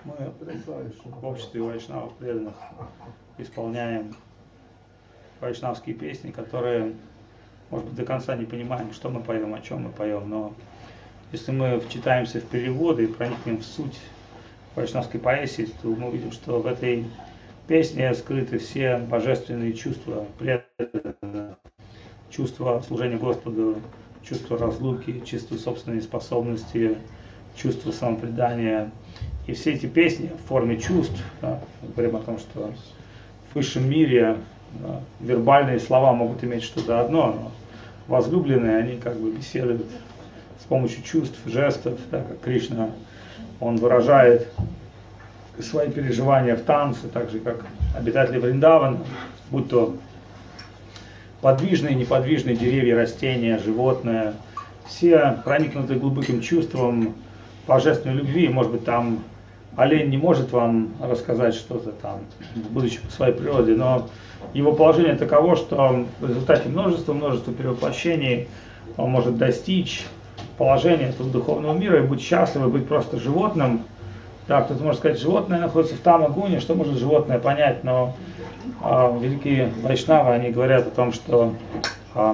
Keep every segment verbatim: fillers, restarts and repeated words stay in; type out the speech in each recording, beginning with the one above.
Мы в обществе вайшнавов преданных исполняем вайшнавские песни, которые, может быть, до конца не понимаем, что мы поем, о чем мы поем, но если мы вчитаемся в переводы и проникнем в суть вайшнавской поэзии, то мы увидим, что в этой песне скрыты все божественные чувства, преданности, чувство служения Господу, чувство разлуки, чувство собственной способности, чувство самопредания. И все эти песни в форме чувств, да, мы говорим о том, что в высшем мире, да, вербальные слова могут иметь что-то одно, но возлюбленные, они как бы беседуют с помощью чувств, жестов, да, как Кришна, он выражает свои переживания в танце, так же как обитатели Вриндавана, будь то подвижные, неподвижные деревья, растения, животные, все проникнуты глубоким чувством божественной любви. Может быть, там олень не может вам рассказать что-то там, будучи по своей природе, но его положение таково, что в результате множества, множества перевоплощений он может достичь положения этого духовного мира и быть счастливым, быть просто животным. Да, кто-то может сказать, животное находится в тамагуне, что может животное понять, но а, великие вайшнавы, они говорят о том, что а,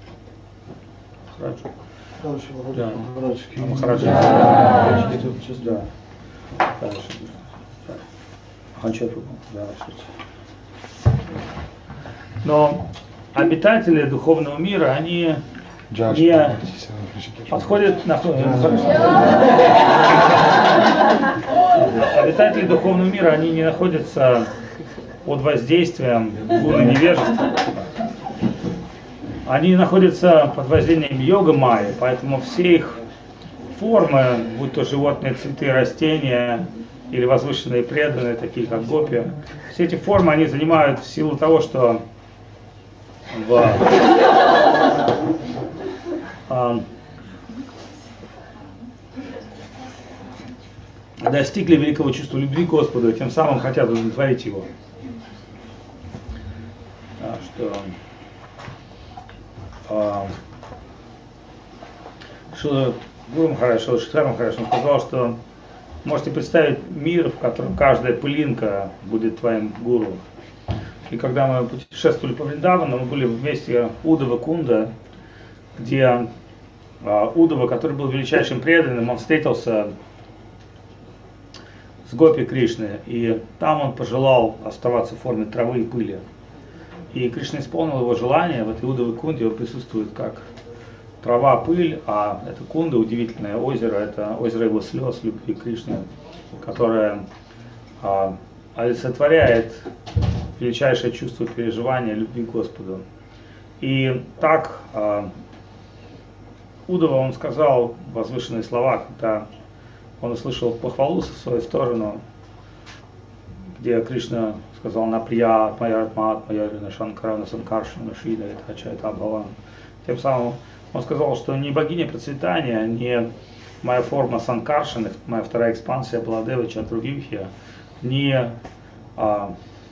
да, Махараджа, да, но обитатели духовного мира, они не подходят на обитатели духовного мира, они не находятся под воздействием гуны невежества. Они находятся под воздействием йога майи, поэтому все их формы, будь то животные, цветы, растения или возвышенные преданные, такие как гопи, все эти формы они занимают в силу того, что в, э, достигли великого чувства любви к Господу, и тем самым хотят удовлетворить его. А, что а, что Гуру Махарадж, Шридхар Махарадж, он сказал, что можете представить мир, в котором каждая пылинка будет твоим гуру. И когда мы путешествовали по Вриндавану, мы были вместе Удава Кунда, где а, Удава, который был величайшим преданным, он встретился с Гопи Кришны, и там он пожелал оставаться в форме травы и пыли. И Кришна исполнил его желание, в этой Удаве Кунде он присутствует как трава, пыль, а это Кунда, удивительное озеро, это озеро его слез, любви Кришны, которое а, олицетворяет величайшее чувство переживания любви к Господу. И так а, Удава, он сказал возвышенные слова, когда он услышал похвалу в свою сторону, где Кришна сказал «Наприя, моя атма, моя шанкара, насанкаршана, шида, это ачайта бхаван». Тем самым он сказал, что не богиня процветания, не моя форма санкаршаны, моя вторая экспансия Баладева Чатрувимхи, не, а,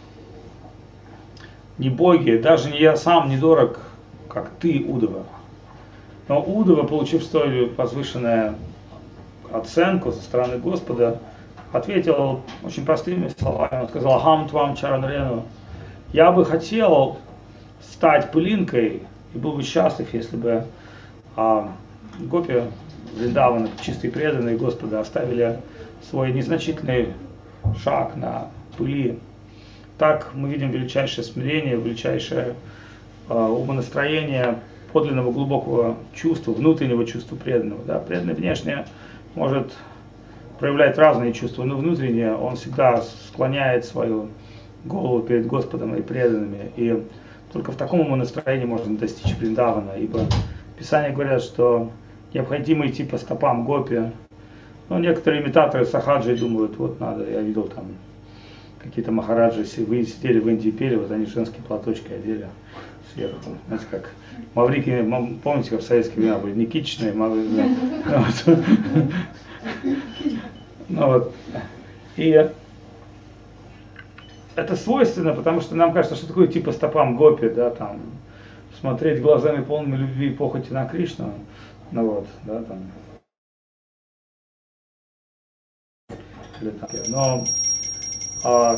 не боги, даже не я сам не дорог, как ты, Удава. Но Удава, получив столь возвышенную оценку со стороны Господа, ответил очень простыми словами. Он сказал: «Хам твам чаранрену». Я бы хотел стать пылинкой и был бы счастлив, если бы а, гопи Вриндавана, чистые преданные Господа, оставили свой незначительный шаг на пыли. Так мы видим величайшее смирение, величайшее а, умонастроение подлинного глубокого чувства, внутреннего чувства преданного. Да? Преданный внешне может проявлять разные чувства, но внутренне он всегда склоняет свою голову перед Господом и преданными. И только в таком умонастроении можно достичь Вриндавана, ибо Писания говорят, что необходимо идти по стопам гопи. Но некоторые имитаторы сахаджи думают, вот надо, я видел там какие-то махараджи сидели в Индии, пели, вот они женские платочки одели сверху. Знаете, как маврики, помните, как в советские времена были никитичные маврики. Ну вот. И это свойственно, потому что нам кажется, что такое типа стопам гопи, да, там, смотреть глазами полными любви и похоти на Кришну, ну вот, да, там, Но а,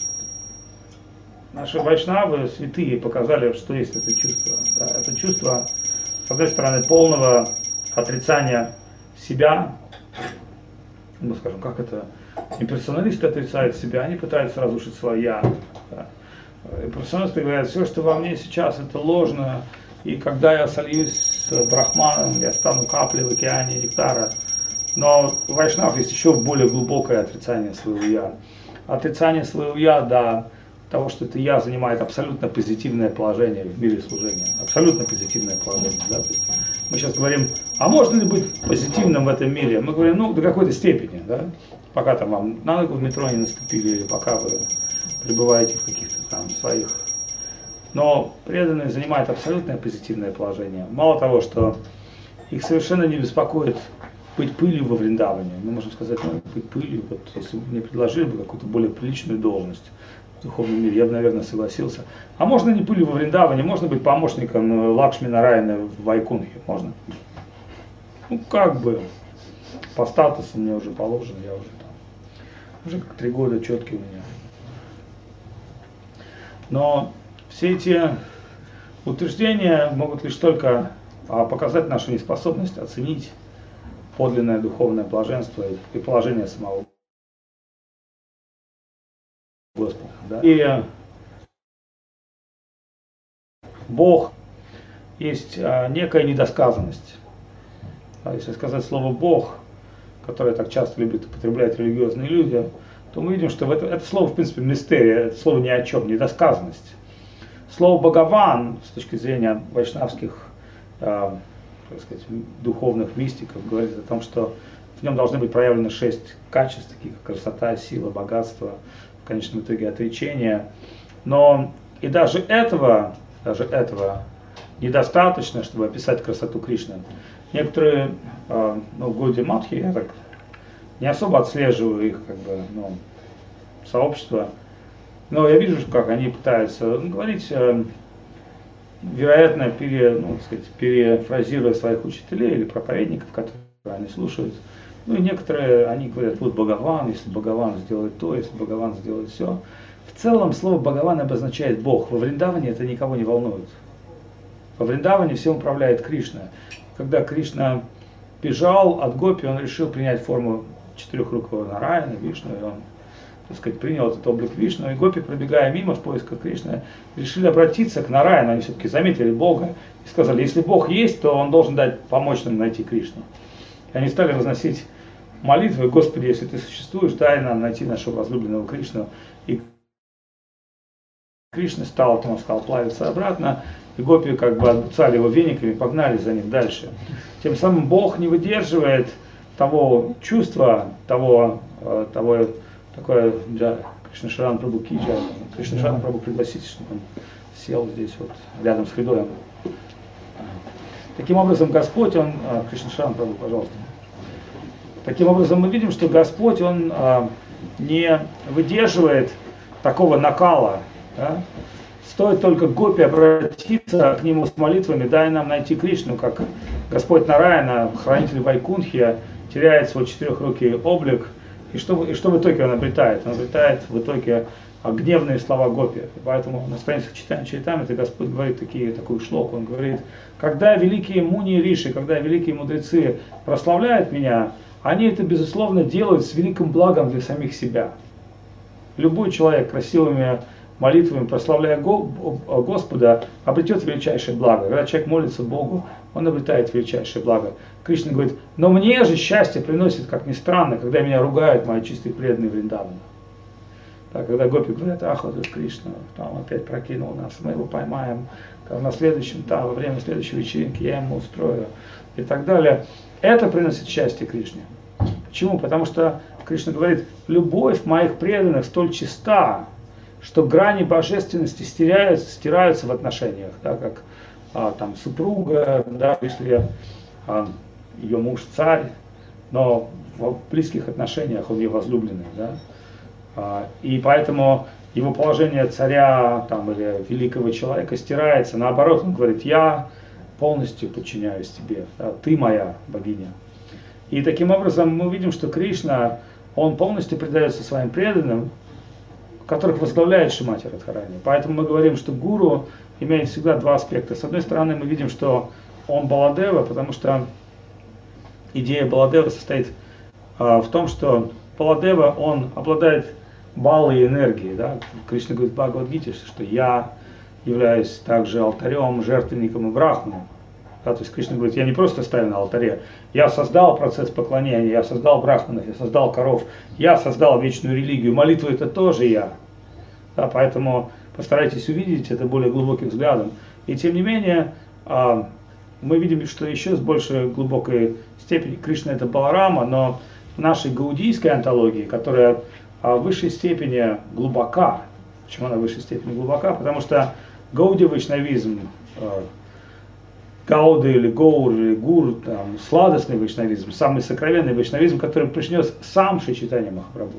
наши вайшнавы, святые, показали, что есть это чувство. Да? Это чувство, с одной стороны, полного отрицания себя. Ну, скажем, как это, имперсоналисты отрицают себя, они пытаются разрушить свое «я». Да? Имперсоналисты говорят, все, что во мне сейчас, это ложно, и когда я сольюсь с брахманом, я стану каплей в океане нектара. Но у вайшнав есть еще более глубокое отрицание своего «я». Отрицание своего «я» до того, что это «я» занимает абсолютно позитивное положение в мире служения. Абсолютно позитивное положение. Да? То есть мы сейчас говорим, а можно ли быть позитивным в этом мире? Мы говорим, ну, до какой-то степени. Да? Пока там вам на ногу в метро не наступили, или пока вы пребываете в каких-то там своих. Но преданные занимают абсолютно позитивное положение. Мало того, что их совершенно не беспокоит быть пылью во Вриндаване. Мы можем сказать, ну, быть пылью, вот если бы мне предложили бы какую-то более приличную должность в духовном мире, я бы, наверное, согласился. А можно не пылью во Вриндаване, можно быть помощником Лакшми Нараяна в Вайкунхе, можно? Ну, как бы, по статусу мне уже положено, я уже там, уже как три года четкий у меня. Но все эти утверждения могут лишь только показать нашу неспособность оценить подлинное духовное блаженство и положение самого Господа. Да? И Бог есть а, некая недосказанность. А если сказать слово Бог, которое так часто любят употреблять религиозные люди, то мы видим, что в это, это слово, в принципе, мистерия, это слово ни о чем, недосказанность. Слово Бхагаван, с точки зрения вайшнавских а, так сказать, духовных мистиков, говорит о том, что в нем должны быть проявлены шесть качеств, таких как красота, сила, богатство, в конечном итоге отречение. Но и даже этого, даже этого недостаточно, чтобы описать красоту Кришны. Некоторые, ну, Гауди Матхи, я так не особо отслеживаю их, как бы, ну, сообщество, но я вижу, как они пытаются говорить, вероятно, пере, ну, так сказать, перефразируя своих учителей или проповедников, которые они слушают. Ну и некоторые, они говорят, вот Бхагаван, если Бхагаван сделает то, если Бхагаван сделает все. В целом слово Бхагаван обозначает Бог. Во Вриндаване это никого не волнует. Во Вриндаване всем управляет Кришна. Когда Кришна бежал от гопи, он решил принять форму четырехрукого Нараяна, Вишну, и он, так сказать, принял этот облик Вишну, и гопи, пробегая мимо в поисках Кришны, решили обратиться к Нараяну. Они все-таки заметили Бога и сказали, если Бог есть, то Он должен дать, помочь нам найти Кришну. И они стали возносить молитвы, Господи, если Ты существуешь, дай нам найти нашего возлюбленного Кришну. И Кришна стал, он стал плавиться обратно, и гопи как бы отбуцали его вениками, погнали за ним дальше. Тем самым Бог не выдерживает того чувства, того, того такое, да, Кришна Шаран Прабху Киджа, Кришна Шаран Прабху пригласите, чтобы он сел здесь вот рядом с Хридоем. Таким образом, Господь, Он, Кришна Шаран Прабху, пожалуйста. Таким образом, мы видим, что Господь, Он а, не выдерживает такого накала. Да? Стоит только гопи обратиться к Нему с молитвами, дай нам найти Кришну, как Господь Нараяна, хранитель Вайкунхи, теряет свой четырехрукий облик. И что, и что в итоге он обретает? Он обретает в итоге гневные слова гопи. И поэтому на страницах читаем Чаритамриты Господь говорит такие, такую шлоку. Он говорит, когда великие муни и риши, когда великие мудрецы прославляют меня, они это, безусловно, делают с великим благом для самих себя. Любой человек красивыми молитвами, прославляя Господа, обретет величайшее благо. Когда человек молится Богу, он обретает величайшее благо. Кришна говорит, но мне же счастье приносит, как ни странно, когда меня ругают мои чистые преданные Вриндавана. Так, когда гопи говорят, ах, вот этот Кришна, там опять прокинул нас, мы его поймаем, на следующем, там, во время следующей вечеринки я ему устрою и так далее. Это приносит счастье Кришне. Почему? Потому что Кришна говорит, любовь моих преданных столь чиста, что грани божественности стираются, стираются в отношениях, да, как а, там, супруга, да, если а, ее муж царь, но в близких отношениях он ее возлюбленный. Да, а, и поэтому его положение царя там, или великого человека стирается. Наоборот, он говорит, я полностью подчиняюсь тебе, да, ты моя богиня. И таким образом мы видим, что Кришна он полностью предается своим преданным, которых возглавляет Шримати Радхарани. Поэтому мы говорим, что гуру имеет всегда два аспекта. С одной стороны, мы видим, что он Баладева, потому что идея Баладева состоит а, в том, что Баладева, он обладает балой энергии. Да? Кришна говорит в Бхагавад-гите, что я являюсь также алтарем, жертвенником и брахманом. Да, то есть Кришна говорит, я не просто ставлю на алтаре, я создал процесс поклонения, я создал брахманов, я создал коров, я создал вечную религию, молитва это тоже я. Да, поэтому постарайтесь увидеть это более глубоким взглядом. И тем не менее, а, мы видим, что еще с большей глубокой степени Кришна это Баларама, но в нашей гаудийской антологии, которая а, в высшей степени глубока. Почему она в высшей степени глубока? Потому что гауди вайшнавизм, а, Гауда или Гаур или Гур, там, сладостный вайшнавизм, самый сокровенный вайшнавизм, который принес сам Шри Чайтанья Махапрабху.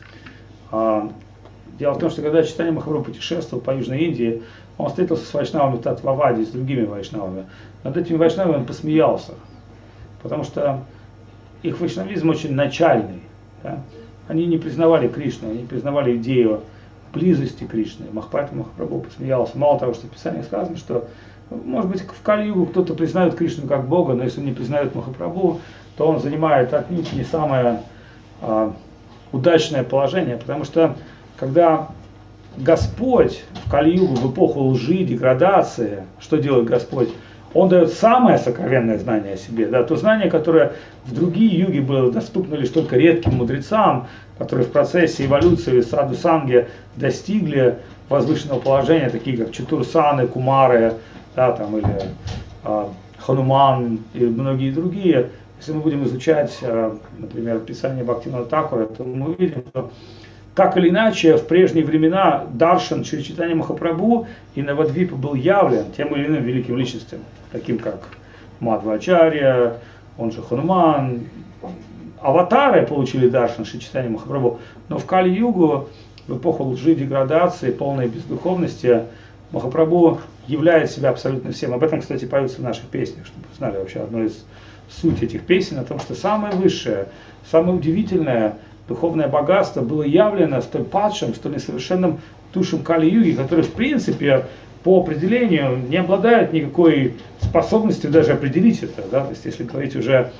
А, дело в том, что когда Чайтанья Махапрабху путешествовал по Южной Индии, он встретился с вайшнавами Татвавади, с другими вайшнавами. Над этими вайшнавами он посмеялся, потому что их вайшнавизм очень начальный. Да? Они не признавали Кришну, они не признавали идею близости Кришны. Поэтому Махапрабху посмеялся. Мало того, что в Писании сказано, что может быть, в Кали-югу кто-то признает Кришну как Бога, но если он не признает Махапрабху, то он занимает отнюдь не самое а, удачное положение, потому что когда Господь в Кали-югу, в эпоху лжи, деградации, что делает Господь? Он дает самое сокровенное знание о себе, да, то знание, которое в другие юги было доступно лишь только редким мудрецам, которые в процессе эволюции саду-санги достигли возвышенного положения, такие как Чатурсаны, Кумары, да, там, или а, Хануман и многие другие. Если мы будем изучать, а, например, Писание Бхактивинода Thakura, то мы увидим, что так или иначе в прежние времена Даршан Шри Чайтанья Махапрабху и Навадвипа был явлен тем или иным великим личностям, таким как Мадхвачарья, он же Хануман. Аватары получили Даршан Шри Чайтанья Махапрабху, но в Кали-югу, в эпоху лжи, деградации, полной бездуховности, Махапрабху являет себя абсолютно всем. Об этом, кстати, поется в наших песнях, чтобы вы знали вообще одну из суть этих песен, о том, что самое высшее, самое удивительное духовное богатство было явлено столь падшим, столь несовершенным душам Кали-юги, которые, в принципе, по определению не обладают никакой способностью даже определить это. Да? То есть, если говорить уже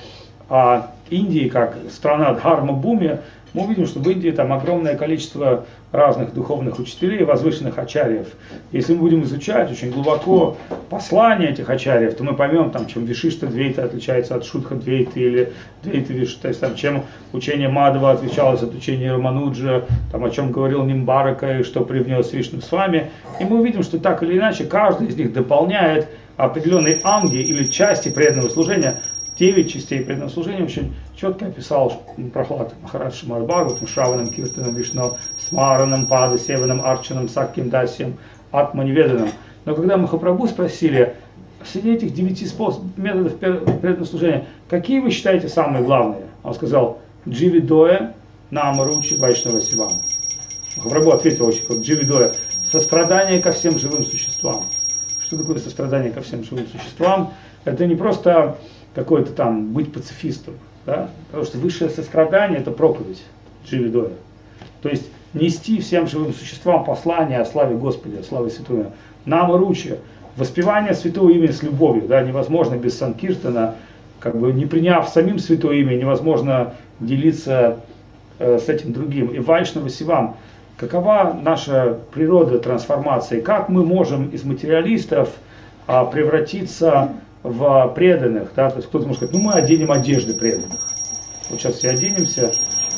о Индии как страна Дхарма-буми, мы увидим, что в Индии там огромное количество разных духовных учителей, возвышенных ачарьев. Если мы будем изучать очень глубоко послания этих ачарьев, то мы поймем, там, чем Вишишта-двейта отличается от Шудха-двейты или Двейта-вишишта, то есть там, чем учение Мадхава отличалось от учения Рамануджа, там, о чем говорил Нимбарака и что привнес Вишну с вами. И мы увидим, что так или иначе каждый из них дополняет определенные анги или части преданного служения. Девять частей преданного служения очень четко описал Прахлад Махарадж Шримад Бхагаватам: Шраванам, Киртанам, Вишну, Смаранам, Пада, Севанам, Арчанам, Сакким, Дасьям, Атманиведанам. Но когда Махапрабху спросили, среди этих девяти способов, методов преданного служения, какие вы считаете самые главные? Он сказал: Дживидоя, Намаручи, Вайшнава Сивам. Махапрабху ответил очень как Дживидоя: сострадание ко всем живым существам. Что такое сострадание ко всем живым существам? Это не просто какой-то там быть пацифистом, да? Потому что высшее сострадание — это проповедь Дживидоя. То есть нести всем живым существам послание о славе Господа, о славе Святого имени. Намаручи, воспевание святого имени с любовью, да, невозможно без санкиртана, как бы не приняв самим святое имя, невозможно делиться э, с этим другим. И Вайшнава Сивам, какова наша природа трансформации, как мы можем из материалистов а, превратиться в преданных, да, то есть кто-то может сказать, ну мы оденем одежды преданных. Вот сейчас все оденемся.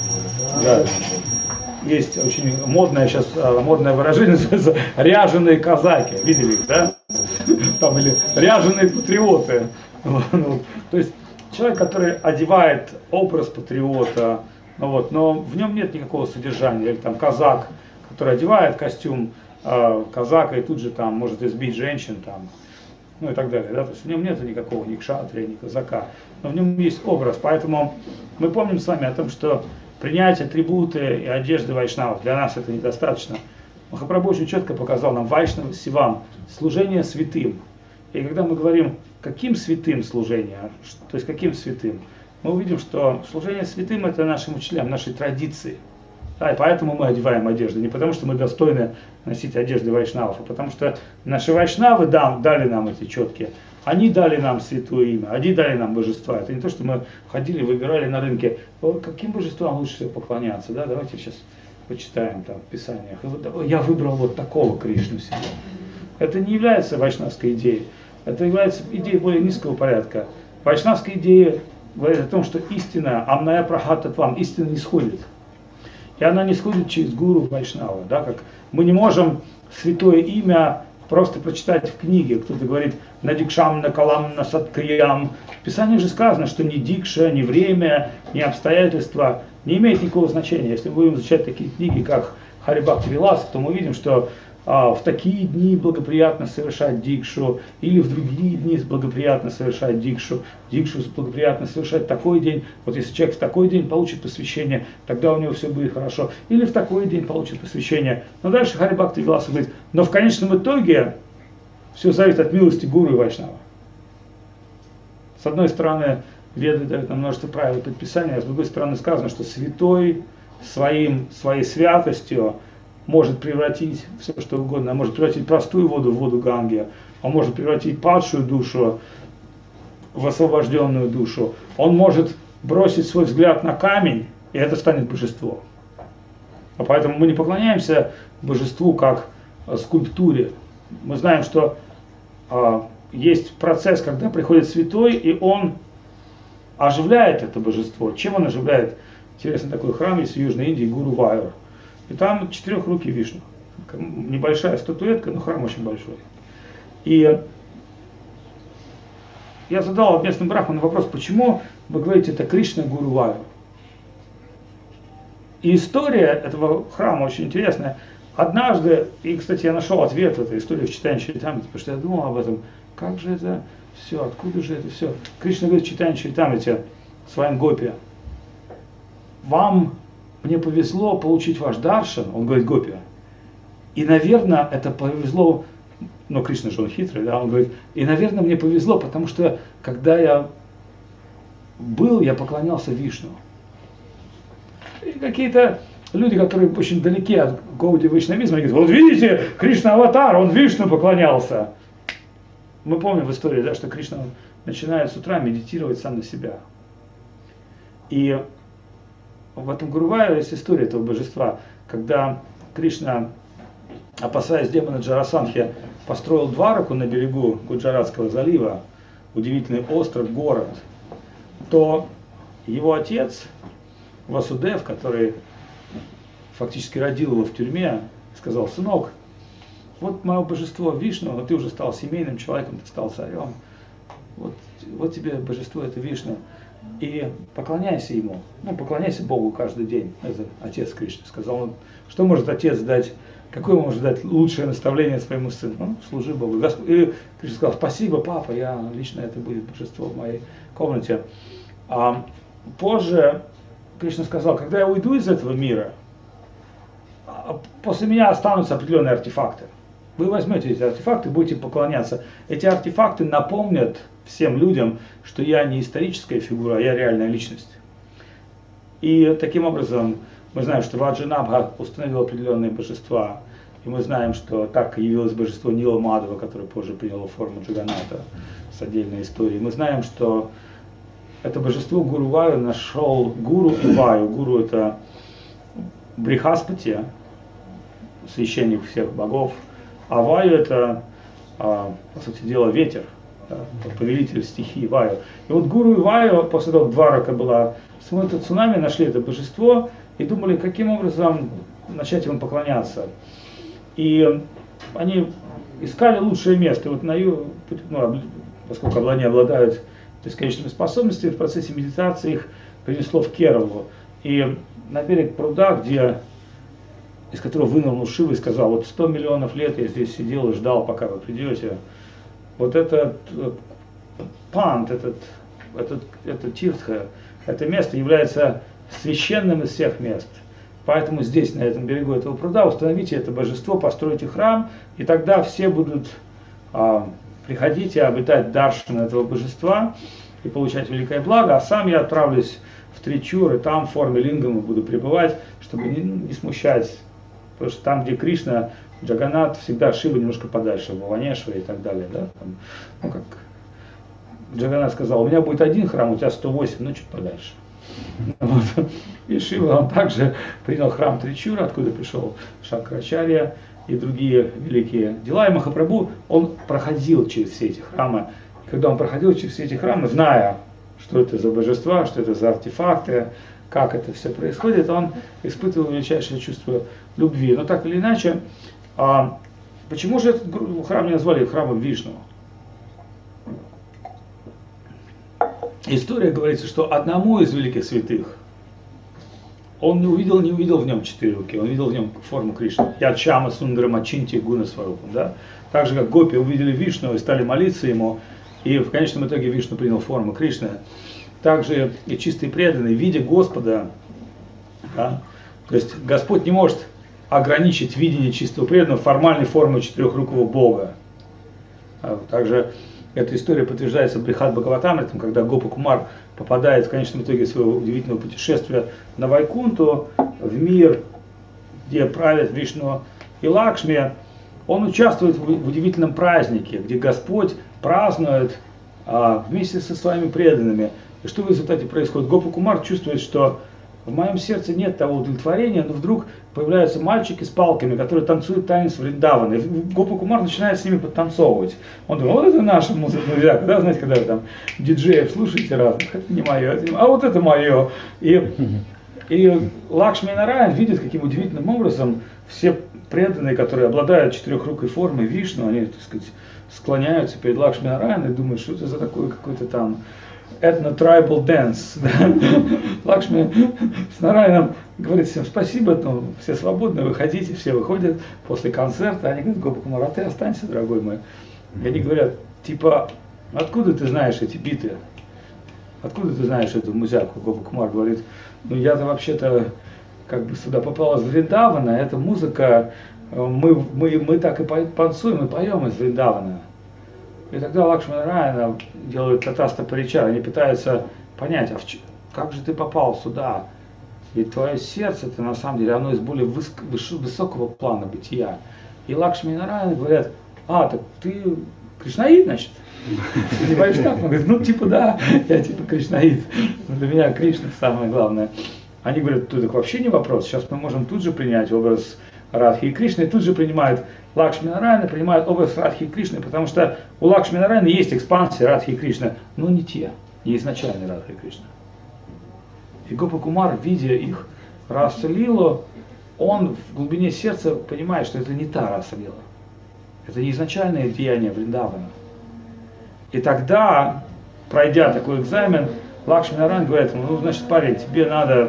Да. Есть очень модное сейчас модное выражение, называется ряженые казаки. Видели их, да? Там, или ряженые патриоты. То есть человек, который одевает образ патриота, ну вот, но в нем нет никакого содержания. Или там казак, который одевает костюм э, казака и тут же там может избить женщин там. Ну и так далее, да, то есть в нем нет никакого ни кшатрия, ни казака, но в нем есть образ, поэтому мы помним с вами о том, что принять атрибуты и одежды вайшнавов для нас это недостаточно. Махапрабху очень четко показал нам Вайшнава Сивам, служение святым. И когда мы говорим, каким святым служение, то есть каким святым, мы увидим, что служение святым – это нашим учителям, нашей традиции. Да, и поэтому мы одеваем одежду. Не потому, что мы достойны носить одежды вайшнавов, а потому что наши вайшнавы да, дали нам эти четкие. Они дали нам святое имя, они дали нам божества. Это не то, что мы ходили, выбирали на рынке, каким божествам лучше всего поклоняться. Да? Давайте сейчас почитаем там в Писаниях. И вот, я выбрал вот такого Кришну себе. Это не является вайшнавской идеей. Это является идеей более низкого порядка. Вайшнавская идея говорит о том, что истина, амная прахататвам, истина не сходит. И она не сходит через гуру вайшнава. Да, как мы не можем святое имя просто прочитать в книге. Кто-то говорит на дикшам, на калам, на садкриям. В Писании же сказано, что ни дикша, ни время, ни обстоятельства не имеет никакого значения. Если мы будем изучать такие книги, как Хари Бхакти Виласа, то мы видим, что а, в такие дни благоприятно совершать дикшу, или в другие дни благоприятно совершать дикшу. Дикшу благоприятно совершать такой день. Вот если человек в такой день получит посвящение, тогда у него все будет хорошо. Или в такой день получит посвящение. Но дальше Хари Бхакти Виласа говорит, но в конечном итоге все зависит от милости гуру и вайшнава. С одной стороны, Веды дают нам множество правил и предписаний, а с другой стороны сказано, что святой своим, своей святостью может превратить все, что угодно. Он может превратить простую воду в воду Ганги, он может превратить падшую душу в освобожденную душу. Он может бросить свой взгляд на камень, и это станет божеством. А поэтому мы не поклоняемся божеству как скульптуре. Мы знаем, что а, есть процесс, когда приходит святой, и он оживляет это божество. Чем он оживляет? Интересно, такой храм есть в Южной Индии, Гурувайур. И там четырехрукий Вишну. Небольшая статуэтка, но храм очень большой. И я задал местным брахманам вопрос, почему вы говорите, это Кришна Гурувайур? И история этого храма очень интересная. Однажды, и, кстати, я нашел ответ в этой истории в читании Чаритамрити, потому что я думал об этом, как же это все, откуда же это все. Кришна говорит в читании Чаритамрити своим гопи, вам, мне повезло получить ваш даршан, он говорит гопи, и, наверное, это повезло, но Кришна же он хитрый, да, он говорит, и, наверное, мне повезло, потому что, когда я был, я поклонялся Вишну. И какие-то люди, которые очень далеки от Гауди вайшнавизма, они говорят, вот видите, Кришна аватар, он Вишну поклонялся. Мы помним в истории, да, что Кришна начинает с утра медитировать сам на себя. И в этом Гурувайуре есть история этого божества, когда Кришна, опасаясь демона Джарасандхи, построил двараку на берегу Гуджаратского залива, удивительный остров, город, то его отец Васудев, который фактически родил его в тюрьме, сказал, сынок, вот мое божество Вишну, но ты уже стал семейным человеком, ты стал царем, вот, вот тебе божество это Вишну, и поклоняйся ему, ну поклоняйся Богу каждый день, это отец Кришны сказал, он, что может отец дать, какое может дать лучшее наставление своему сыну, ну, служи Богу. И Кришна сказал, спасибо, папа, я лично, это будет божество в моей комнате. А позже Кришна сказал, когда я уйду из этого мира, после меня останутся определенные артефакты. Вы возьмете эти артефакты, будете поклоняться. Эти артефакты напомнят всем людям, что я не историческая фигура, а я реальная личность. И таким образом мы знаем, что Ваджанабха установил определенные божества. И мы знаем, что так явилось божество Нила Мадхава, которое позже приняло форму Джаганата с отдельной историей. Мы знаем, что это божество Гурувайур нашел гуру и ваю. Гуру это Брихаспати, священник всех богов, а ваю это, по сути дела, ветер, повелитель стихии ваю. И вот гуру и ваю, после того, как Дварака была смыта цунами, нашли это божество и думали, каким образом начать ему поклоняться. И они искали лучшее место. И вот на юге, ну, поскольку они обладают бесконечными способностями, в процессе медитации их принесло в Кералу. И на берег пруда, где, из которого вынырнул Шива и сказал, вот сто миллионов лет я здесь сидел и ждал, пока вы придете. Вот этот пант, этот, этот, этот тиртха, это место является священным из всех мест. Поэтому здесь, на этом берегу этого пруда, установите это божество, постройте храм, и тогда все будут а, приходить и обитать даршаном этого божества. и получать великое благо, а сам я отправлюсь в Тричур, и там в форме лингама буду пребывать, чтобы не, не смущать. Потому что там, где Кришна, Джаганнат, всегда Шива немножко подальше, Бхаванешвара и так далее. Да? Там, ну, как Джаганнат сказал, у меня будет один храм, у тебя сто восемь, ну чуть подальше. Вот. И Шива, он также принял храм Тричура, откуда пришел Шанкарачарья и другие великие дела. И Махапрабху, он проходил через все эти храмы. И когда он проходил через все эти храмы, зная, что это за божества, что это за артефакты, как это все происходит, он испытывал величайшее чувство любви. Но так или иначе, а почему же этот храм не назвали храмом Вишну? История говорится, что одному из великих святых он не увидел, не увидел в нем четыре руки, он видел в нем форму Кришны. Ячама Сундарам Ачинти Гуна Сварупам. Да? Так же, как гопи увидели Вишну и стали молиться ему, и в конечном итоге Вишну принял форму Кришны. Также и чистые преданные, видя Господа, да? То есть Господь не может ограничить видение чистого преданного формальной формой четырехрукого Бога. Также эта история подтверждается Брихат Бхагаватамритам, когда Гопа Кумар попадает в конечном итоге своего удивительного путешествия на Вайкунту, в мир, где правят Вишну и Лакшми. Он участвует в удивительном празднике, где Господь празднует а, вместе со своими преданными. И что в результате происходит? Гопа Кумар чувствует, что в моем сердце нет того удовлетворения, но вдруг появляются мальчики с палками, которые танцуют танец Вриндавана. И Гопа Кумар начинает с ними подтанцовывать. Он думает, вот это наша музыка, да, знаете, когда вы там диджеев слушаете разных, это не мое, это не... а вот это мое. И, и Лакшми Нараян видит, каким удивительным образом все преданные, которые обладают четырехрукой формой Вишну, они, так сказать, склоняются перед Лакшми Нараян и думают, что это за такой какой-то там этно-трайбал дэнс. Лакшми с Нараяном говорит всем спасибо, но все свободны, выходите, все выходят после концерта. Они говорят, Гопа Кумар, а ты останься, дорогой мой. И они говорят, типа, откуда ты знаешь эти биты? Откуда ты знаешь эту музяку? Гопа Кумар говорит, ну я-то вообще-то как бы сюда попал из Вриндавана, эта музыка, мы, мы, мы так и танцуем и поем из Вриндавана. И тогда Лакшми Нараяна делают татаста паричар, они пытаются понять, а в ч... как же ты попал сюда? Ведь твое сердце, это на самом деле, оно из более выс... выш... высокого плана бытия. И Лакшми Нараяна говорят, а, так ты кришнаит, значит? Ты не боишься? Он говорит, ну типа да, я типа кришнаит. Но для меня Кришна самое главное. Они говорят, тут так вообще не вопрос, сейчас мы можем тут же принять образ Радхи и Кришны, и тут же принимают Лакшми Нараяна, принимают образ Радхи и Кришны, потому что у Лакшми Нараяна есть экспансия Радхи и Кришны, но не те, не изначальные Радхи и Кришны. И Гопа Кумар, видя их Раса Лилу, он в глубине сердца понимает, что это не та Раса Лила, это не изначальное деяние Вриндавана. И тогда, пройдя такой экзамен, Лакшми Нараян говорит ему, ну значит, парень, тебе надо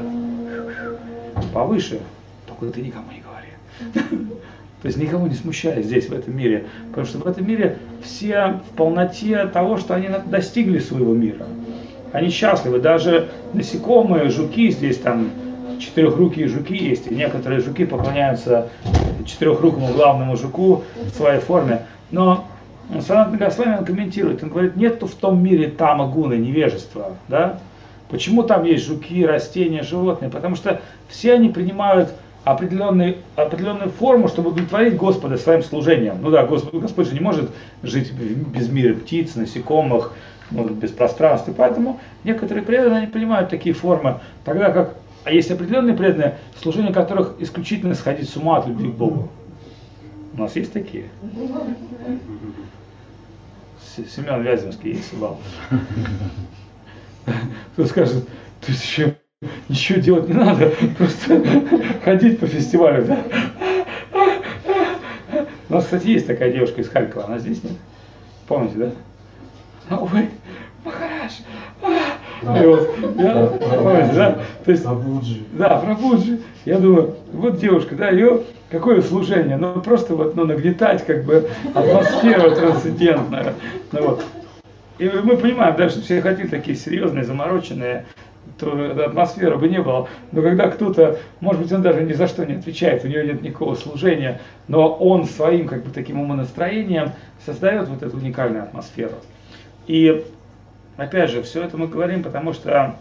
повыше, только ты никому не говори. То есть никого не смущает здесь, в этом мире. Потому что в этом мире все в полноте того, что они достигли своего мира. Они счастливы. Даже насекомые, жуки, здесь там четырехрукие жуки есть. И некоторые жуки поклоняются четырехрукому главному жуку в своей форме. Но Санатана Госвами он комментирует, он говорит, нет в том мире тама гуны, невежества. Да? Почему там есть жуки, растения, животные? Потому что все они принимают определенную, определенную форму, чтобы удовлетворить Господа своим служением. Ну да, Господь, Господь же не может жить без мира птиц, насекомых, может, без пространства. Поэтому некоторые преданные они принимают такие формы, тогда как а есть определенные преданные, служение которых исключительно сходить с ума от любви к Богу. У нас есть такие. Семен Вяземский есть, Сибал. Кто скажет, то есть еще ничего делать не надо, просто ходить по фестивалю, да? У нас, кстати, есть такая девушка из Харькова, она здесь, нет? Помните, да? Ой, Махараш! И вот, я, помните, да? То есть, да, Прабхуджи. Я думаю, вот девушка, да, ее какое служение, ну просто вот, ну, нагнетать как бы атмосферу трансцендентную. Ну, вот. И мы понимаем, да, что все хотели такие серьезные, замороченные, то атмосферы бы не было. Но когда кто-то, может быть, он даже ни за что не отвечает, у него нет никакого служения, но он своим как бы таким умонастроением создает вот эту уникальную атмосферу. И опять же, все это мы говорим, потому что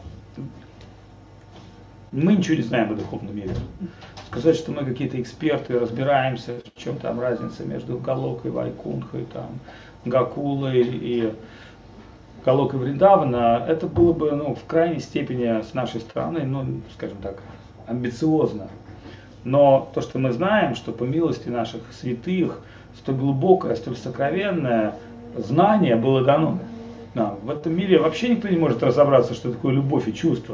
мы ничего не знаем о духовном мире. Сказать, что мы какие-то эксперты, разбираемся, в чем там разница между Галокой, Вайкунхой, там, Гакулой и Галокой Вриндавана, это было бы, ну, в крайней степени с нашей стороны, ну, скажем так, амбициозно. Но то, что мы знаем, что по милости наших святых, столь глубокое, столь сокровенное знание было дано нам. В этом мире вообще никто не может разобраться, что такое любовь и чувство.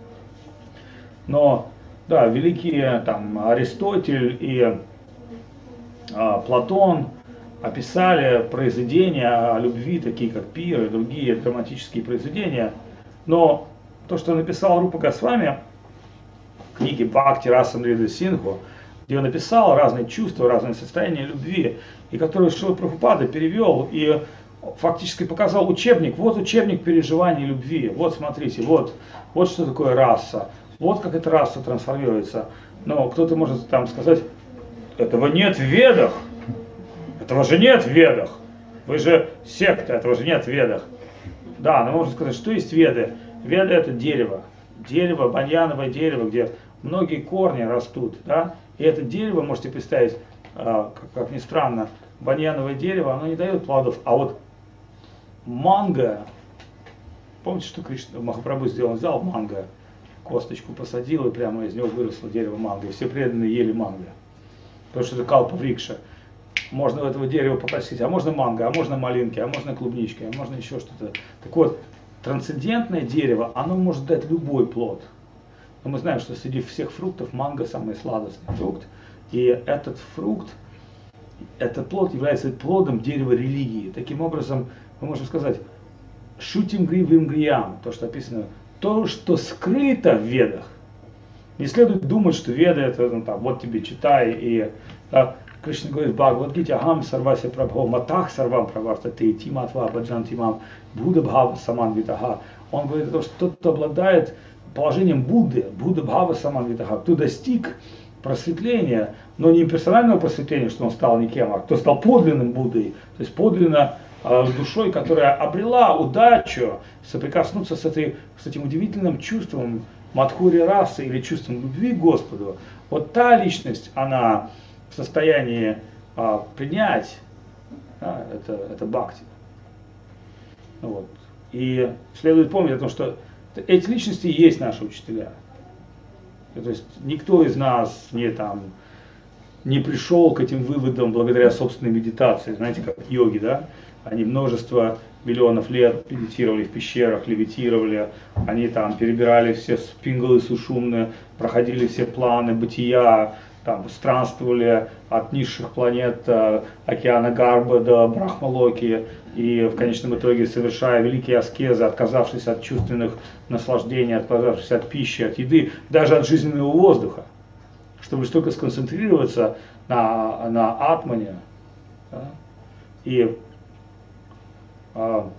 Но, да, великие там Аристотель и а, Платон описали произведения о любви, такие как «Пир» и другие драматические произведения. Но то, что написал Рупа Госвами в книге «Бхакти Расамрита Синху», где он написал разные чувства, разные состояния любви, и который Шрила Прабхупада перевел и фактически показал учебник. Вот учебник переживаний любви. Вот смотрите, вот, вот что такое раса. Вот как эта раса трансформируется. Но кто-то может там сказать, этого нет в Ведах. Этого же нет в Ведах. Вы же секта, этого же нет в Ведах. Да, но можно сказать, что есть Веды. Веды — это дерево. Дерево, баньяновое дерево, где многие корни растут. Да? И это дерево, можете представить, как, как ни странно, баньяновое дерево, оно не дает плодов. А вот манго, помните, что Кришна, Махапрабху сделал? Взял манго, косточку посадил, и прямо из него выросло дерево манго. И все преданные ели манго. Потому что это калпа-врикша. Можно у этого дерева попросить, а можно манго, а можно малинки, а можно клубнички, а можно еще что-то. Так вот, трансцендентное дерево, оно может дать любой плод. Но мы знаем, что среди всех фруктов манго самый сладостный фрукт. И этот фрукт, этот плод является плодом дерева религии. Таким образом, мы можем сказать, шутим гривим гриям, то, что описано, то, что скрыто в Ведах. Не следует думать, что Веды это, ну, там, вот тебе читай, и да, Кришна говорит, Бхагавад-гите, ахам сарвася прабхо, матах сарвам праварта те, тиматва баджан тимам, Будда бхава саман витаха. Он говорит, что тот, кто обладает положением Будды, Будда бхава саман витаха, кто достиг просветления, но не персонального просветления, что он стал никем, а кто стал подлинным Буддой, то есть подлинно э, душой, которая обрела удачу соприкоснуться с, этой, с этим удивительным чувством мадхури расы или чувством любви к Господу. Вот та личность, она в состоянии э, принять, да, это, это бхакти. Вот. И следует помнить о том, что эти личности и есть наши учителя. То есть никто из нас не, там, не пришел к этим выводам благодаря собственной медитации. Знаете, как йоги, да? Они множество миллионов лет медитировали в пещерах, левитировали, они там перебирали все пингалы сушумные, проходили все планы бытия, там, странствовали от низших планет э, океана Гарба до Брахмалоки, и в конечном итоге, совершая великие аскезы, отказавшись от чувственных наслаждений, отказавшись от пищи, от еды, даже от жизненного воздуха, чтобы только сконцентрироваться на, на атмане. Да? И а,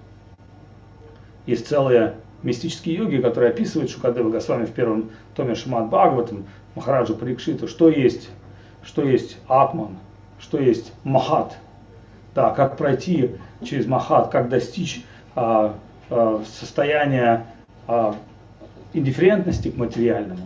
есть целые мистические йоги, которые описывают Шукадева Госвами в первом томе Шримад Бхагаватам, Махараджа Парикшиту, что есть, что есть атман, что есть махат, да, как пройти через махат, как достичь а, а, состояния а, индифферентности к материальному.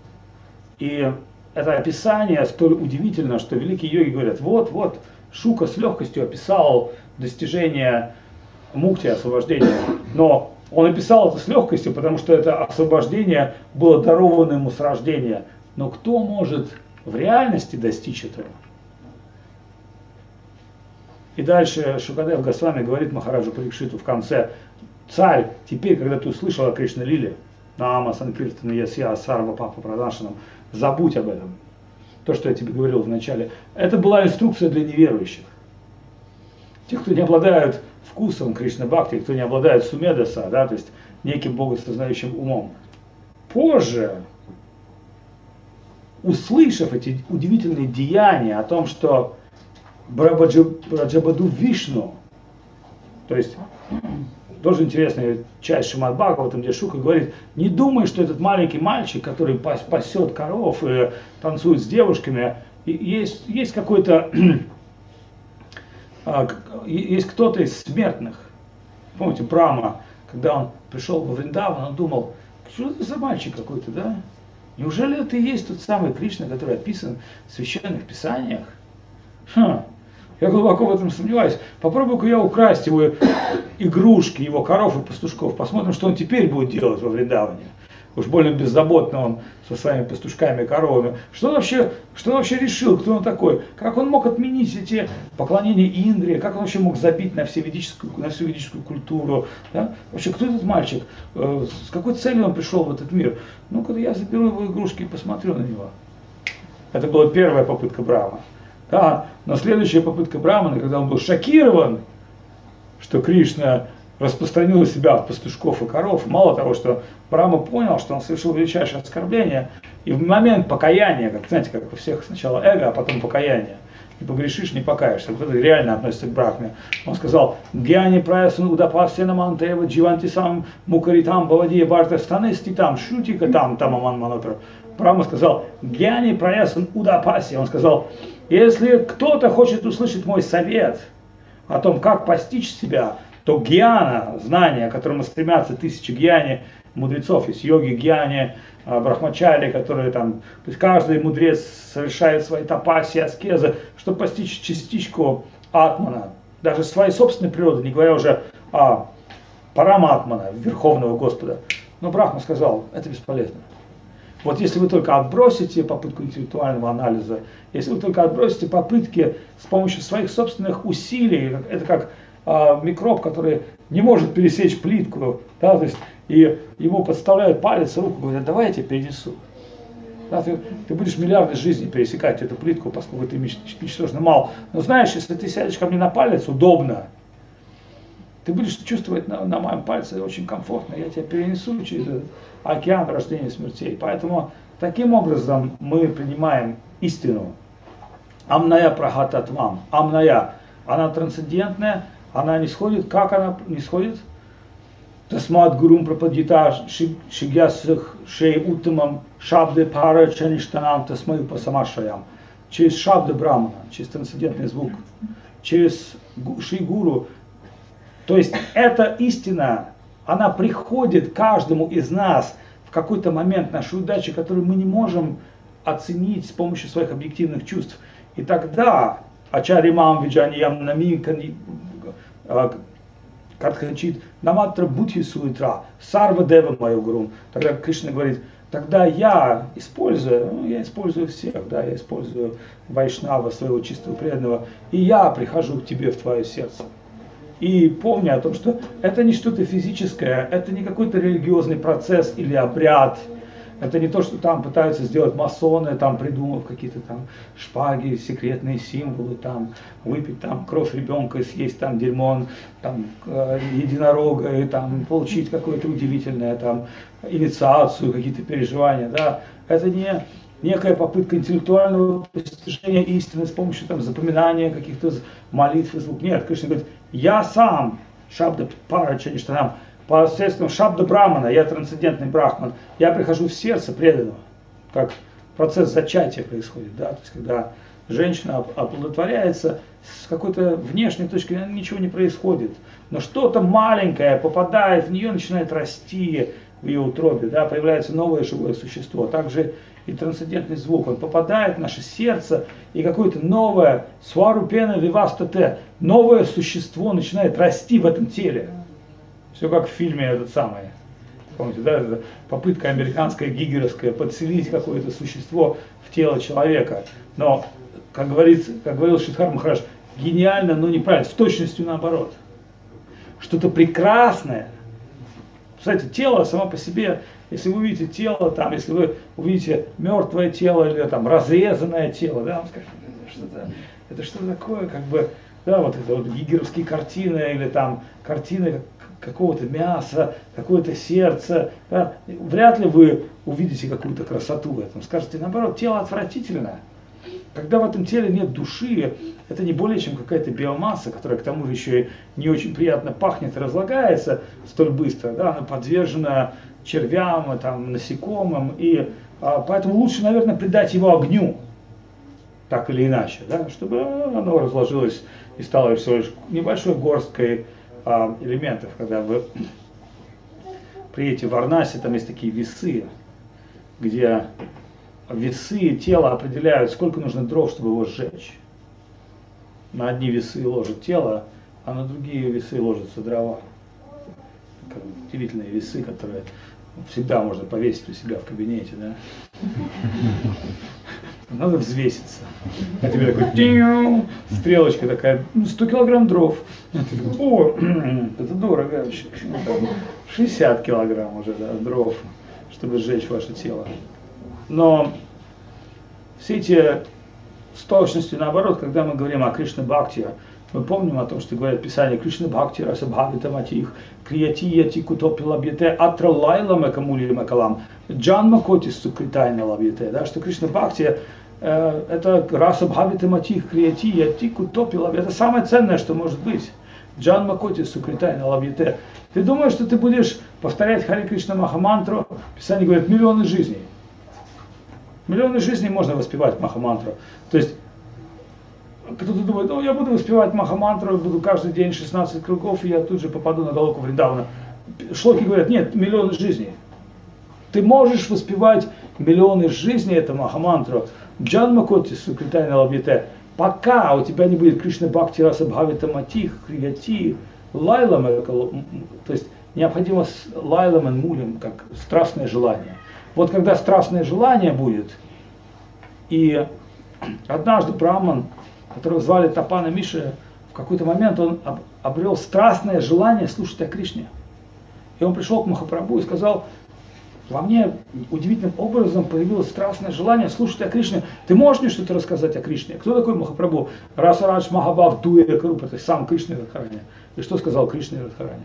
И это описание столь удивительно, что великие йоги говорят, вот, вот, Шука с легкостью описал достижение мукти, освобождения, но он описал это с легкостью, потому что это освобождение было даровано ему с рождения. Но кто может в реальности достичь этого? И дальше Шукадев Госвами говорит Махараджу Парикшиту в конце, царь, теперь, когда ты услышал о Кришна Лиле, Наама Санкиртана Ясья Сарва Папа Прадашанам, забудь об этом. То, что я тебе говорил в начале. Это была инструкция для неверующих. Те, кто не обладают вкусом Кришна Бхакти, кто не обладает сумедаса, да, то есть неким богосознающим умом. Позже, услышав эти удивительные деяния о том, что Браджабаду Вишну, то есть тоже интересная часть Шримад Бхагаватам, где Шука говорит, не думай, что этот маленький мальчик, который пасет коров и танцует с девушками, есть, есть какой-то, есть кто-то из смертных. Помните, Брахма, когда он пришел во Вриндаван, он думал, что это за мальчик какой-то, да? Неужели это и есть тот самый Кришна, который описан в священных писаниях? Хм. Я глубоко в этом сомневаюсь. Попробую-ка я украсть его игрушки, его коров и пастушков. Посмотрим, что он теперь будет делать во Вриндаване. Уж больно беззаботно он со своими пастушками и коровами. Что он вообще, что он вообще решил, кто он такой? Как он мог отменить эти поклонения Индре? Как он вообще мог забить на, все ведическую, на всю ведическую культуру? Да? Вообще, кто этот мальчик? С какой целью он пришел в этот мир? Ну-ка, я заберу его игрушки и посмотрю на него. Это была первая попытка Брахмы. Да, но следующая попытка Брахмана, когда он был шокирован, что Кришна распространил себя в пастушков и коров, мало того, что Брахма понял, что он совершил величайшее оскорбление, и в момент покаяния, как знаете, как у всех сначала эго, а потом покаяние, не погрешишь, не покаешься, вот это реально относится к Брахме. Он сказал, «Гьяни праясун удапасена мантева дживанти сам мукаритам бавадия барта станести там шутика там там аман манотра». Брахма сказал, «Гьяни праясун удапаси». Он сказал, если кто-то хочет услышать мой совет о том, как постичь себя, то гьяна, знание, к которому стремятся тысячи гьяни мудрецов, есть йоги, гьяни, брахмачари, которые там, то есть каждый мудрец совершает свои тапаси, аскезы, чтобы постичь частичку атмана, даже своей собственной природы, не говоря уже о параматмана, верховного Господа. Но Брахма сказал, это бесполезно. Вот если вы только отбросите попытку интеллектуального анализа, если вы только отбросите попытки с помощью своих собственных усилий, это как э, микроб, который не может пересечь плитку, да, то есть, и ему подставляют палец, руку, говорят, давай я тебе перенесу. Да, ты, ты будешь миллиарды жизней пересекать эту плитку, поскольку ты ничтожно мал. Но знаешь, если ты сядешь ко мне на палец, удобно, ты будешь чувствовать на, на моем пальце очень комфортно, я тебя перенесу через океан рождения и смертей. Поэтому таким образом мы принимаем истину. Амная прахататвам. Амная, она трансцендентная, она не сходит. Как она не сходит? Тасмат гурум прападита шигьясах шей утамам шабды пара чаништанам тасмаю пасамашаям. Через шабды Брахмана, через трансцендентный звук, через ши гуру. То есть эта истина, она приходит каждому из нас в какой-то момент нашей удачи, которую мы не можем оценить с помощью своих объективных чувств. И тогда Ачаримам Виджаниям Нами Катхачит Наматра Будхи Суитра Сарва Дева Мою Гурум. Тогда Кришна говорит, тогда я использую, ну, я использую всех, да, я использую Вайшнава, своего чистого преданного, и я прихожу к тебе в твое сердце. И помни о том, что это не что-то физическое, это не какой-то религиозный процесс или обряд, это не то, что там пытаются сделать масоны, там придумав какие-то там шпаги, секретные символы, там выпить там кровь ребенка, съесть там дерьмо, там э, единорога, и там получить какое-то удивительное там инициацию, какие-то переживания, да. Это не некая попытка интеллектуального постижения истины с помощью там запоминания каких-то молитв и звук. Нет, Кришна говорит, я сам, Шабда Парачаништанам, посредством Шабда Брахмана, я трансцендентный Брахман, я прихожу в сердце преданного, как процесс зачатия происходит, да, то есть когда женщина оплодотворяется, с какой-то внешней точки ничего не происходит, но что-то маленькое попадает в нее, начинает расти в ее утробе, да, появляется новое живое существо, также и трансцендентный звук, он попадает в наше сердце, и какое-то новое, сварупена вивастате, новое существо начинает расти в этом теле. Все как в фильме этот самый, помните, да, попытка американская, гиггеровская, подселить какое-то существо в тело человека. Но, как, говорится, как говорил Шридхар Махарадж, гениально, но неправильно, с точностью наоборот. Что-то прекрасное. Кстати, тело само по себе, если вы увидите тело, там, если вы увидите мертвое тело или там разрезанное тело, да, он скажет, это что-то, это что такое, как бы, да, вот это вот гиггеровские картины или там картины какого-то мяса, какое-то сердце, да, вряд ли вы увидите какую-то красоту в этом. Скажете, наоборот, тело отвратительное. Когда в этом теле нет души, это не более чем какая-то биомасса, которая к тому же еще и не очень приятно пахнет и разлагается столь быстро, да, она подвержена червям, там, насекомым, и а, поэтому лучше, наверное, придать его огню, так или иначе, да, чтобы оно разложилось и стало всего лишь небольшой горсткой а, элементов, когда вы при эти Варнасе там есть такие весы, где весы тела определяют, сколько нужно дров, чтобы его сжечь. На одни весы ложат тело, а на другие весы ложатся дрова. Как удивительные весы, которые всегда можно повесить у себя в кабинете, да? Надо взвеситься. А тебе такой тиу, стрелочка такая, сто килограмм дров. О, это дорого. шестьдесят килограмм уже, да, дров, чтобы сжечь ваше тело. Но все эти с точностью наоборот, когда мы говорим о Кришна Бхакти, мы помним о том, что говорят Писание Кришна Бхакти Расабхавита Матих, Криятия Тикутопи Лабьете, Атра Лайла Макамули Макалам, Джанма Коти Сукритайна Лабьете, да, что Кришна Бхакти э, это Расабхавита Матих, Криятия Тикутопи Лабьете, это самое ценное, что может быть. Джанма Коти Сукритайна Лабьете. Ты думаешь, что ты будешь повторять Хари Кришна Махамантру? Писание говорит миллионы жизней. Миллионы жизней можно воспевать Махамантру. То есть кто-то думает, ну я буду воспевать Махамантру, буду каждый день шестнадцать кругов, и я тут же попаду на Галоку Вриндавана. Шлоки говорят, нет, миллионы жизней. Ты можешь воспевать миллионы жизней, это Махамантру. Джанма Коти Сукритайна Лабьете. Пока у тебя не будет Кришна Бхакти Расабхавита Матих, Крияти, Лайлам, то есть необходимо с Лайлам и Мулем, как страстное желание. Вот когда страстное желание будет, и однажды Браман, которого звали Тапана Миша, в какой-то момент он обрел страстное желание слушать о Кришне. И он пришел к Махапрабху и сказал, во мне удивительным образом появилось страстное желание слушать о Кришне. Ты можешь мне что-то рассказать о Кришне? Кто такой Махапрабху? Расарадж Махабав Дуэ Круп, это сам Кришна Радхарани. И что сказал Кришна Радхарани?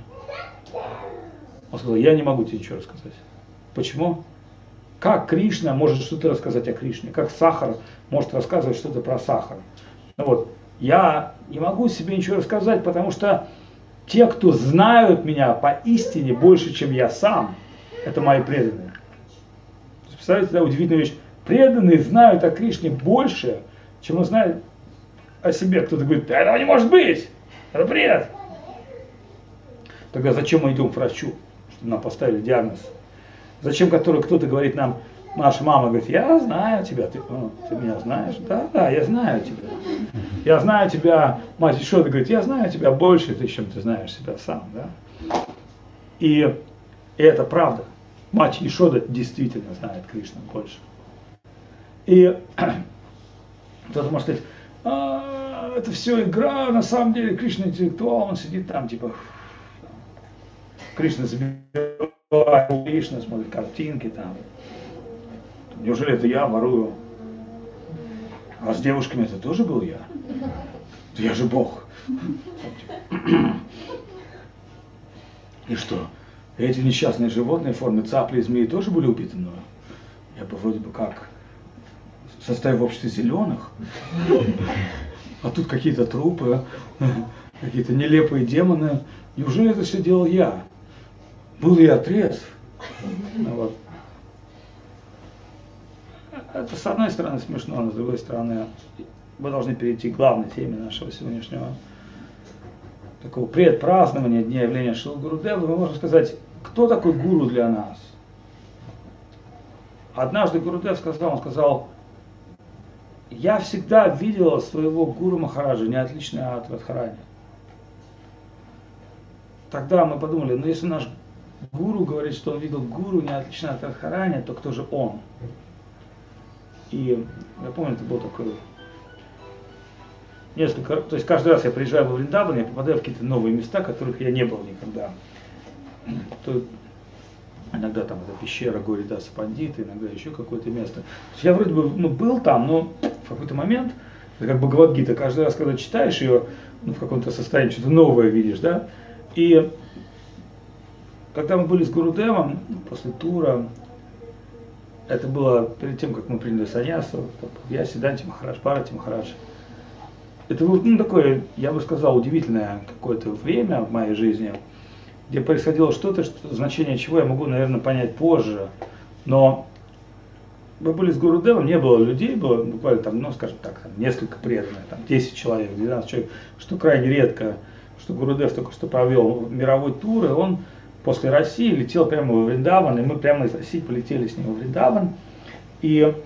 Он сказал, я не могу тебе ничего рассказать. Почему? Как Кришна может что-то рассказать о Кришне? Как сахар может рассказывать что-то про сахар? Ну вот, я не могу себе ничего рассказать, потому что те, кто знают меня поистине больше, чем я сам, это мои преданные. Представляете, да, удивительная вещь. Преданные знают о Кришне больше, чем он знает о себе. Кто-то говорит, да этого не может быть, это бред. Тогда зачем мы идем к врачу, чтобы нам поставили диагноз? Зачем который кто-то говорит нам, наша мама говорит, я знаю тебя, ты, ну, ты меня знаешь? Да, да, я знаю тебя. Я знаю тебя, мать Ишода говорит, я знаю тебя больше, чем ты знаешь себя сам. Да? И, и это правда. Мать Ишода действительно знает Кришну больше. И кто-то может сказать, а, это все игра, на самом деле Кришна интеллектуал, он сидит там, типа, Кришна забирает. Кришна смотрит картинки там. Неужели это я ворую? А с девушками это тоже был я? Да я же Бог. И что? Эти несчастные животные в форме цапли и змеи тоже были убиты мною? Я бы вроде бы как состою в обществе зеленых. А тут какие-то трупы, какие-то нелепые демоны. Неужели это все делал я? Был я трезв? Ну, вот. Это с одной стороны смешно, но с другой стороны мы должны перейти к главной теме нашего сегодняшнего такого предпразднования Дня явления Шрила Гурудева. Мы можем сказать, кто такой гуру для нас? Однажды Гурудев сказал, он сказал, я всегда видел своего гуру Махараджа не отлично от Радхарани. Тогда мы подумали, ну если наш гуру говорит, что он видел гуру не отлично от Радхарани, то кто же он? И я помню, это был такой несколько, то есть каждый раз я приезжаю во Вриндаван, я попадаю в какие-то новые места, в которых я не был никогда. То иногда там это пещера Горидаса Пандита, иногда еще какое-то место. Я вроде бы ну, был там, но в какой-то момент, это как Бхагавад-гита, каждый раз, когда читаешь ее, ну, в каком-то состоянии что-то новое видишь, да? И когда мы были с Гурудевом, после тура, это было перед тем, как мы приняли саньясу, я, Сиданти Махарадж, Парати Махарадж. Это было ну, такое, я бы сказал, удивительное какое-то время в моей жизни, где происходило что-то, что, значение чего я могу, наверное, понять позже. Но мы были с Гурудевом, не было людей, было буквально там, ну, скажем так, там, несколько преданных, там, десять человек, двенадцать человек, что крайне редко, что Гурудев только что провел мировой тур, и он после России, летел прямо во Вриндаван, и мы прямо из России полетели с ним во Вриндаван. И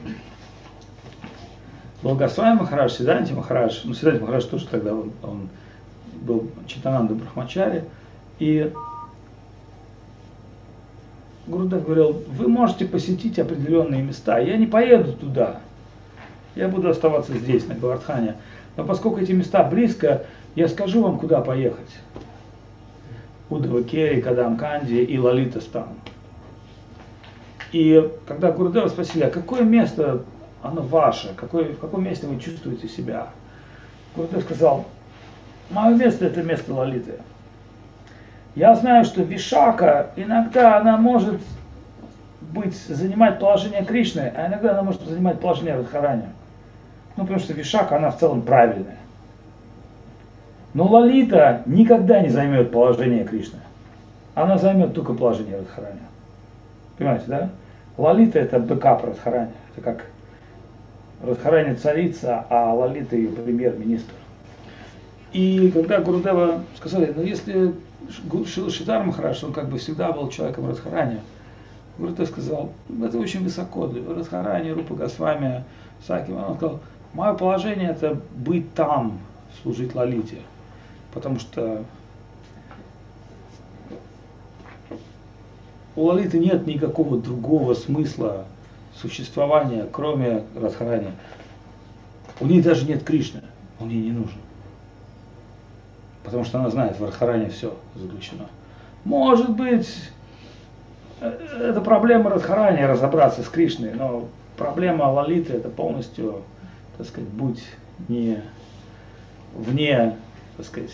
был Госвами Махарадж, Сиданти Махарадж, ну Сиданти Махарадж тоже тогда он, он был Читананда Брахмачари, и Гурудев говорил: вы можете посетить определенные места, я не поеду туда, я буду оставаться здесь, на Говардхане, но поскольку эти места близко, я скажу вам, куда поехать. Уддава-Кери, Кадам-Канди и Лалита-Стан. И когда Гурудева спросили, а какое место оно ваше, какое, в каком месте вы чувствуете себя? Гурудев сказал: мое место это место Лалиты. Я знаю, что Вишака иногда она может быть, занимать положение Кришны, а иногда она может занимать положение Радхарани. Ну, потому что Вишака, она в целом правильная. Но Лалита никогда не займет положение Кришны. Она займет только положение Радхарани. Понимаете, да? Лалита это бэкап Радхарани. Это как Радхарани царица, а Лалита ее премьер-министр. И когда Гурудева сказали, ну если Шрила Шридхар Махарадж, он как бы всегда был человеком Радхарани, Гурудев сказал, это очень высоко, Радхарани, Рупа Госвами, Саки. Он сказал, мое положение это быть там, служить Лалите. Потому что у Лалиты нет никакого другого смысла существования, кроме Радхарани. У нее даже нет Кришны, он ей не нужен. Потому что она знает, в Радхарани все заключено. Может быть, это проблема Радхарани разобраться с Кришной, но проблема Лалиты это полностью, так сказать, будь не вне, так сказать,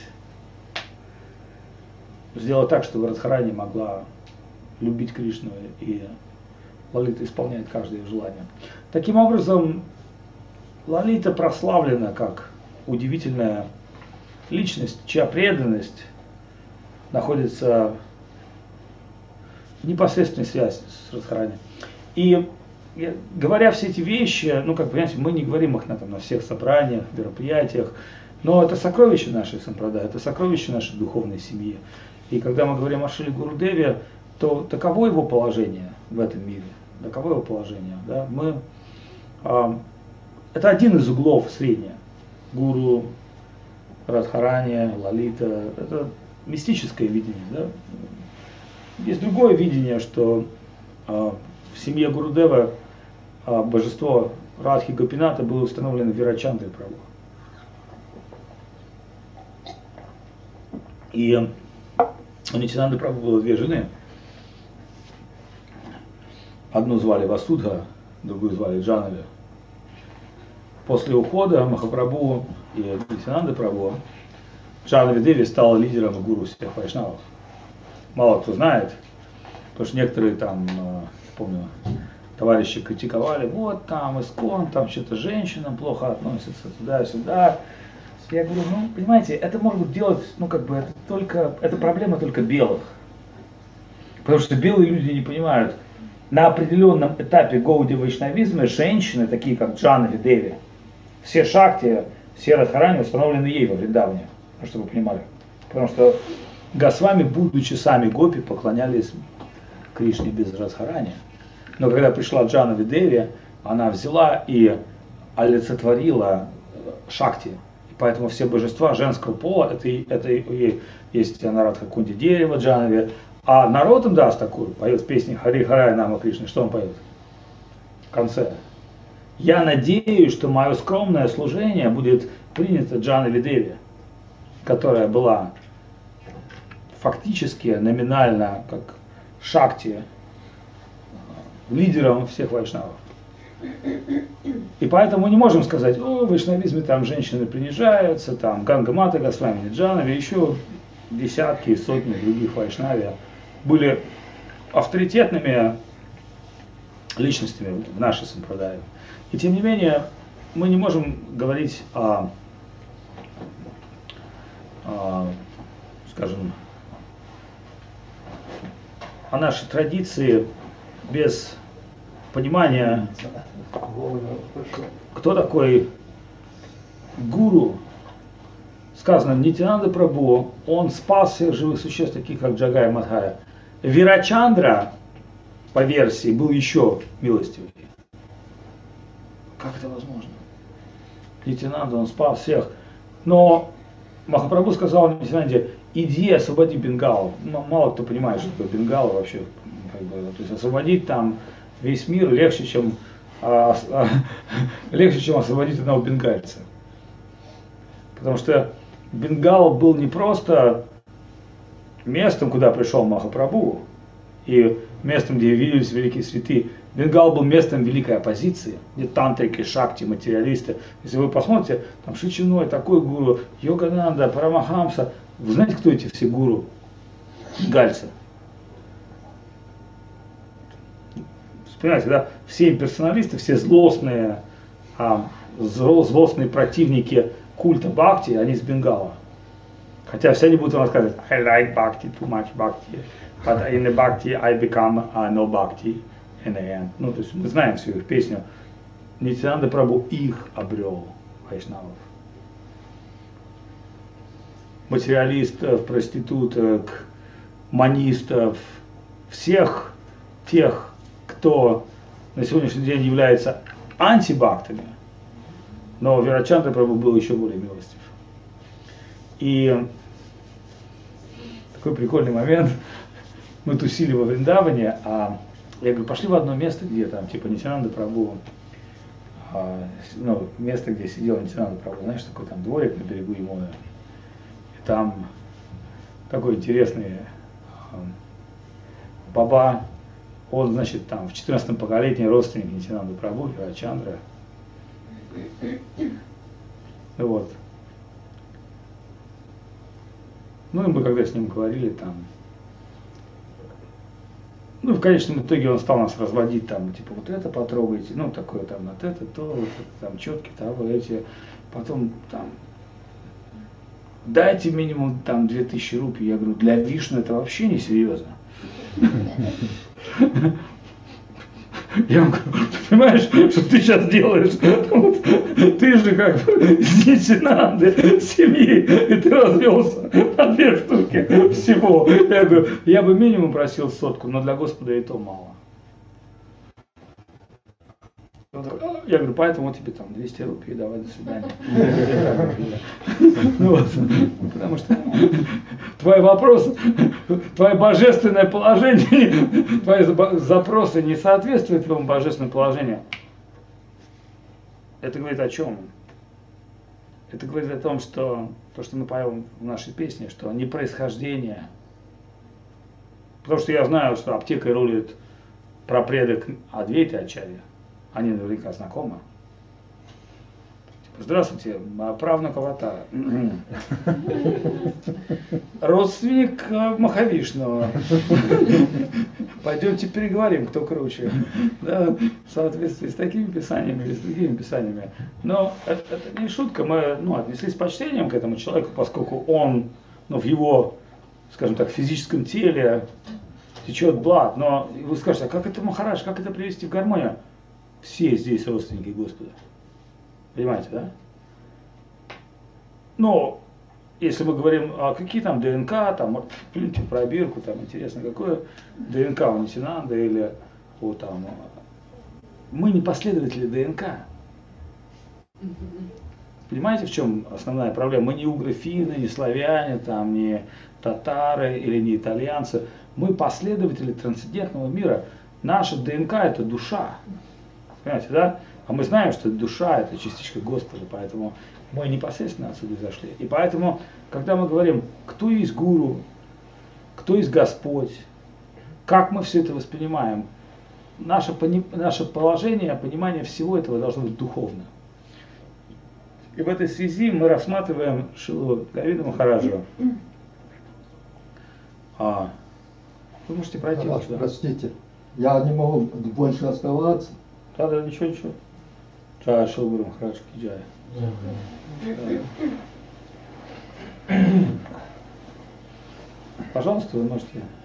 сделать так, чтобы Радхарани могла любить Кришну, и Лалита исполняет каждое ее желание. Таким образом, Лалита прославлена как удивительная личность, чья преданность находится в непосредственной связи с Радхарани. И говоря все эти вещи, ну как понимаете, мы не говорим их на, там, на всех собраниях, мероприятиях, но это сокровище нашей сампрадай, это сокровище нашей духовной семьи. И когда мы говорим о Шриле Гурудеве, то таково его положение в этом мире, таково его положение. Да? Мы, а, это один из углов среднего. Гуру, Радхарани, Лалита, это мистическое видение. Да? Есть другое видение, что а, в семье Гурудева а, божество Радхи Гопината было установлено Вирачандрой Прабху. И у Нитьянанды Прабху было две жены. Одну звали Васudha, другую звали Джанави. После ухода Махапрабху и Нитьянанды Прабху Джанави Деви стала лидером и гуру всех вайшнавов. Мало кто знает, потому что некоторые там, помню, товарищи критиковали, вот там Искон, там что-то женщинам плохо относятся, туда-сюда. Я говорю, ну, понимаете, это могут делать, ну, как бы, это только, это проблема только белых. Потому что белые люди не понимают, на определенном этапе Гауди вайшнавизма женщины, такие как Джанави Деви, все шакти, все Радхарани установлены ей во Вриндаване, чтобы вы понимали. Потому что Госвами, будучи сами гопи, поклонялись Кришне без Радхарани. Но когда пришла Джанави Деви, она взяла и олицетворила шакти. Поэтому все божества женского пола, это, это и есть Нарадха Кунди дерево, Джанави. А народ им даст такую, поет песни Хари Харай Нама Кришны. Что он поет в конце? Я надеюсь, что мое скромное служение будет принято Джанави Деви, которая была фактически, номинально, как шакти, лидером всех вайшнавов. И поэтому мы не можем сказать, о, в вайшнавизме там женщины принижаются, там Ганга Мата Госвами, Джанави, еще десятки и сотни других вайшнави были авторитетными личностями в нашей сампрадае. И тем не менее, мы не можем говорить о, о скажем, о нашей традиции без понимания, кто такой гуру. Сказано, Нитьянанда Прабху, он спас всех живых существ, таких как Джагая Мадхая. Вирачандра, по версии, был еще милостивый. Как это возможно? Нитянанда, он спас всех. Но Махапрабху сказал Нитянанде: иди освободи Бенгалу. Мало кто понимает, что такое Бенгала вообще. Как бы, то есть освободить там весь мир легче, чем, а, а, легче, чем освободить одного бенгальца. Потому что Бенгал был не просто местом, куда пришел Махапрабху, и местом, где явились великие святые. Бенгал был местом великой оппозиции, где тантрики, шакти, материалисты. Если вы посмотрите, там Шичиной, такой гуру, Йогананда, Парамахамса. Вы знаете, кто эти все гуру? Бенгальцы. Понимаете, да? Все имперсоналисты, все злостные, а, злостные противники культа Бхакти, они из Бенгала. Хотя все они будут вам рассказывать: I like Bhakti, too much Bhakti, but in the Bhakti I become uh, no Bhakti in the end. Ну, то есть мы знаем всю их песню. Нитянанда Прабху их обрел, вайшнавов. Материалистов, проституток, манистов, всех тех, кто на сегодняшний день является антибхактами, но Вирачандра Прабху был еще более милостив. И такой прикольный момент. Мы тусили во Вриндаване, а я говорю: пошли в одно место, где там типа Нитянанда Прабху, а, ну, место, где сидел Нитянанда Прабху, знаешь, такой там дворик на берегу Ямуны. И там такой интересный а, баба, он, значит, там в четырнадцатом поколении родственник Нитянанда Прабху, Вирачандра. Вот. Ну и мы когда с ним говорили там, ну в конечном итоге он стал нас разводить там, типа вот это потрогайте, ну такое там, вот это, то, вот это, там четки, там эти, потом там дайте минимум там две тысячи рупий. Я говорю: для Вишну это вообще не серьезно. Я ему говорю: ты понимаешь, что ты сейчас делаешь? Вот, ты же как бы из Нитянанды семьи, и ты развелся на две штуки всего. Я говорю: я бы минимум просил сотку, но для Господа и то мало. Я говорю: поэтому тебе там двести рупий, давай, до свидания. Ну вот, потому что твой вопрос, твое божественное положение, твои запросы не соответствуют твоему божественному положению. Это говорит о чем? Это говорит о том, что то, что мы поем в нашей песне, что не происхождение. Потому что я знаю, что аптекой рулит прапредок Адвейты Ачарья. Они наверняка знакомы. Здравствуйте, правнук Аватара. Родственник Махавишну. Пойдемте переговорим, кто круче. Да, в соответствии с такими писаниями или с другими писаниями. Но это, это не шутка. Мы ну, отнеслись с почтением к этому человеку, поскольку он ну, в его, скажем так, физическом теле течет блад. Но вы скажете: а как это, Махарадж, как это привести в гармонию? Все здесь родственники Господа. Понимаете, да? Но если мы говорим, а какие там ДНК, там, плюньте в пробирку, там, интересно, какое ДНК у Нитянанда или у там... Мы не последователи ДНК. Понимаете, в чем основная проблема? Мы не угрофины, не славяне, там, не татары или не итальянцы. Мы последователи трансцендентного мира. Наша ДНК – это душа. Понимаете, да? А мы знаем, что душа – это частичка Господа, поэтому мы непосредственно отсюда зашли. И поэтому, когда мы говорим, кто есть гуру, кто есть Господь, как мы все это воспринимаем, наше, наше положение, понимание всего этого должно быть духовно. И в этой связи мы рассматриваем Шрилу Говинду Махараджа. А, вы можете пройти. Махарадж, да. Простите, я не могу больше оставаться. Да, да, ничего, ничего. Джай Шрила Гуру Махарадж ки джай. Пожалуйста, вы можете